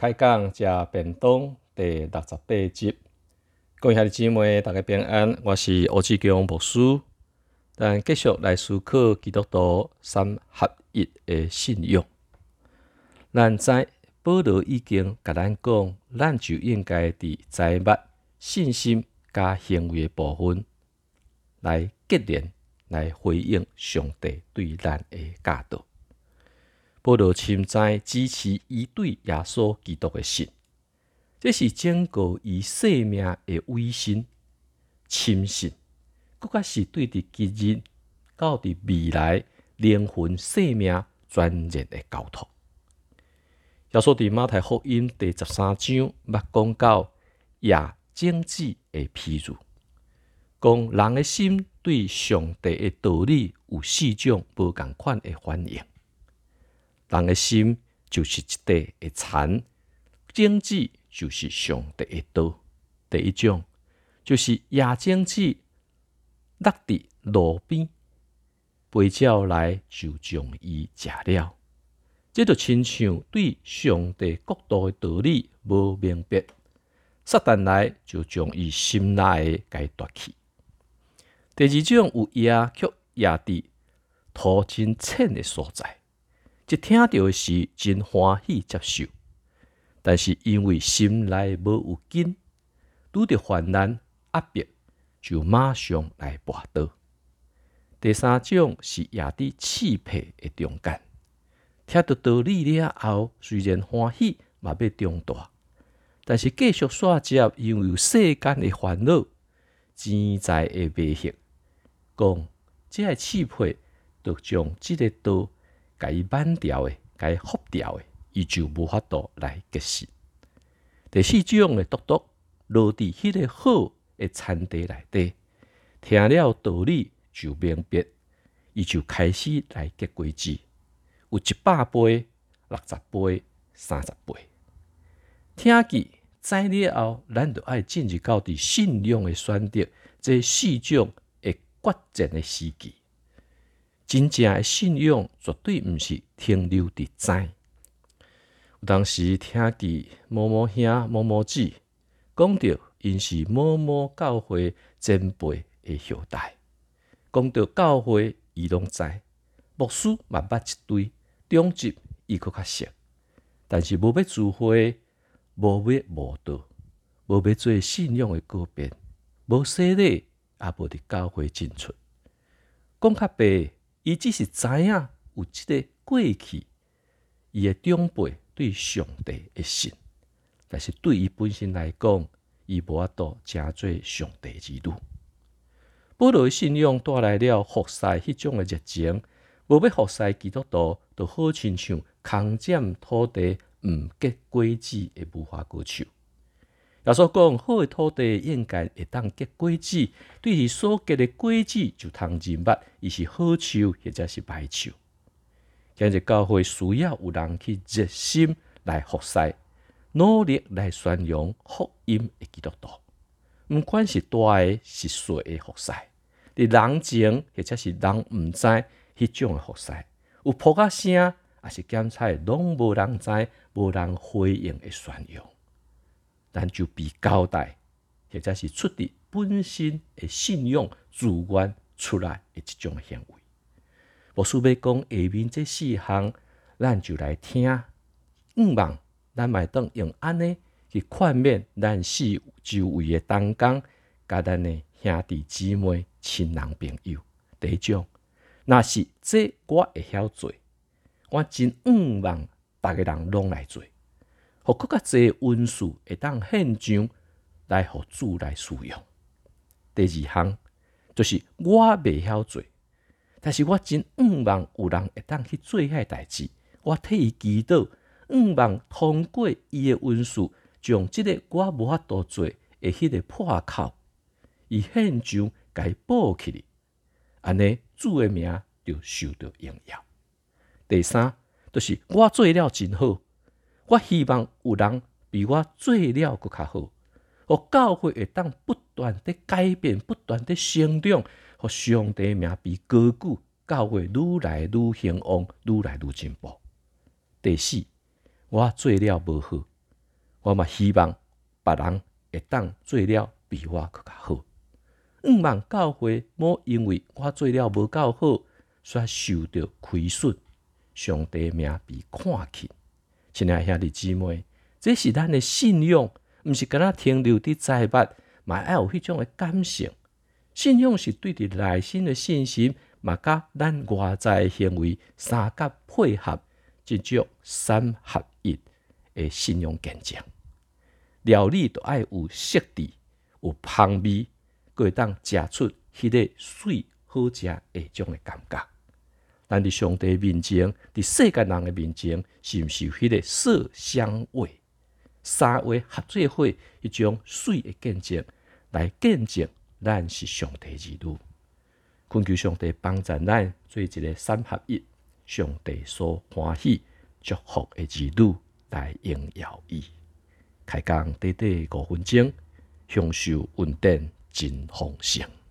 开讲食便当第68集，各位兄弟姊妹，大家平安，我是欧志强牧师。咱继续来思考基督徒三合一的信仰。咱知保罗已经甲咱讲，咱就应该伫财物、信心加行为的部分来结连，来回应上帝对咱的教导。保罗深知支持伊对耶稣基督的信，这是拯救伊生命的委身、深信，更加是对伫今日到伫未来灵魂生命全然的交托。耶稣伫马太福音第13章捌讲到夜整子的譬喻，讲人的心对上帝的道理有4种无同款的反应。人的心就是一块的田，种子就是上帝的道。第一种就是野种子落伫路边，飞鸟来就将伊食了。这就亲像对上帝国度的道理无明白，撒旦来就将伊心内的夺去。第二种有野却野伫土真浅的所在。一听到的时真欢喜接受，但是因为心内无有根，拄着患难压迫，就马上来跋倒。第三种是野伫气魄的中间，听到道理了后，虽然欢喜，嘛要长大，但是继续煞接，因为有世间的烦恼、钱财的迷惑，讲这个气魄，就将这个道。甲伊挽掉的，甲伊覆掉的，伊就无法度来结实。第四种的独独落伫迄个好的田地内底，听了道理就明白，伊就开始来结果子，有100倍、60倍、30倍。听见知了后，咱就爱进入到伫信仰的选择这4种的决战的时期。真正的信仰绝对毋是停留伫知。有当时听见某某兄、某某姊讲到，因是某某教会前辈的后代，讲到教会伊拢知，牧师嘛捌一堆，中级伊佫较熟，但是无要聚会，无要慕道，无要做信仰的改变，无洗礼，也无伫教会进出。讲较白。伊只是知影有即个过去，伊的长辈对上帝的信，但是对伊本身来讲，伊无法度成做上帝之女。保罗的信仰带来了服侍迄种的热情，无要服侍基督徒，就好亲像空占土地毋结果子的无花果树。耶稣讲，好的土地应该会当结果子，对伊所结的果子就通认捌，伊是好树或者是歹树。今日教会需要有人去热心来服侍，努力来宣扬福音的基督徒。毋管是大的是小的服侍，伫人前或者是人毋知迄种的服侍，有扑啊声，也是检查拢无人知、无人回应的宣扬。咱就被交代，或者是出自本身的信仰自愿出来的一种行为。牧师要讲下面这4项，咱就来听。望咱卖当用安尼去劝勉咱4周围的同工，甲咱的兄弟姊妹、亲人朋友。第一种，若是这我会晓做，我真望逐个人拢来做。互更较侪恩赐会当献上来，互主来使用。第2项就是我袂晓做，但是我真望有人会当去做遐代志，我替伊祈祷，望通过伊的恩赐，将即个我无法度做的迄个破口，伊献上甲伊补起来，安尼主的名就受到荣耀。第3就是我做了真好。我希望有人比我做了更较好，互教会会当不断的改变，不断的成长，互上帝的名被高举，教会愈来愈兴旺，愈来愈进步。第4，我做了无好， 我嘛希望别人会当做了比我更较好。毋望教会某因为我做了无够好，却受到亏损，上帝名被看轻。亲爱兄弟姊妹，这是咱的信仰，毋是敢若停留伫财物，嘛要有迄种的感性。信仰是对伫内心的信心，嘛甲咱外在的行为三角配合，即种三合一的信仰见证。料理都爱有色质、有香味，佮会当食出迄个水好食的种的感觉。咱伫上帝面前，伫世间人的面前，是毋是有迄个色香味？三位合做伙，迄种水的见证，来见证咱是上帝儿女。恳求上帝帮助咱做一个三合一，上帝所欢喜祝福的儿女来荣耀伊。开工短短5分钟，享受稳定真丰盛。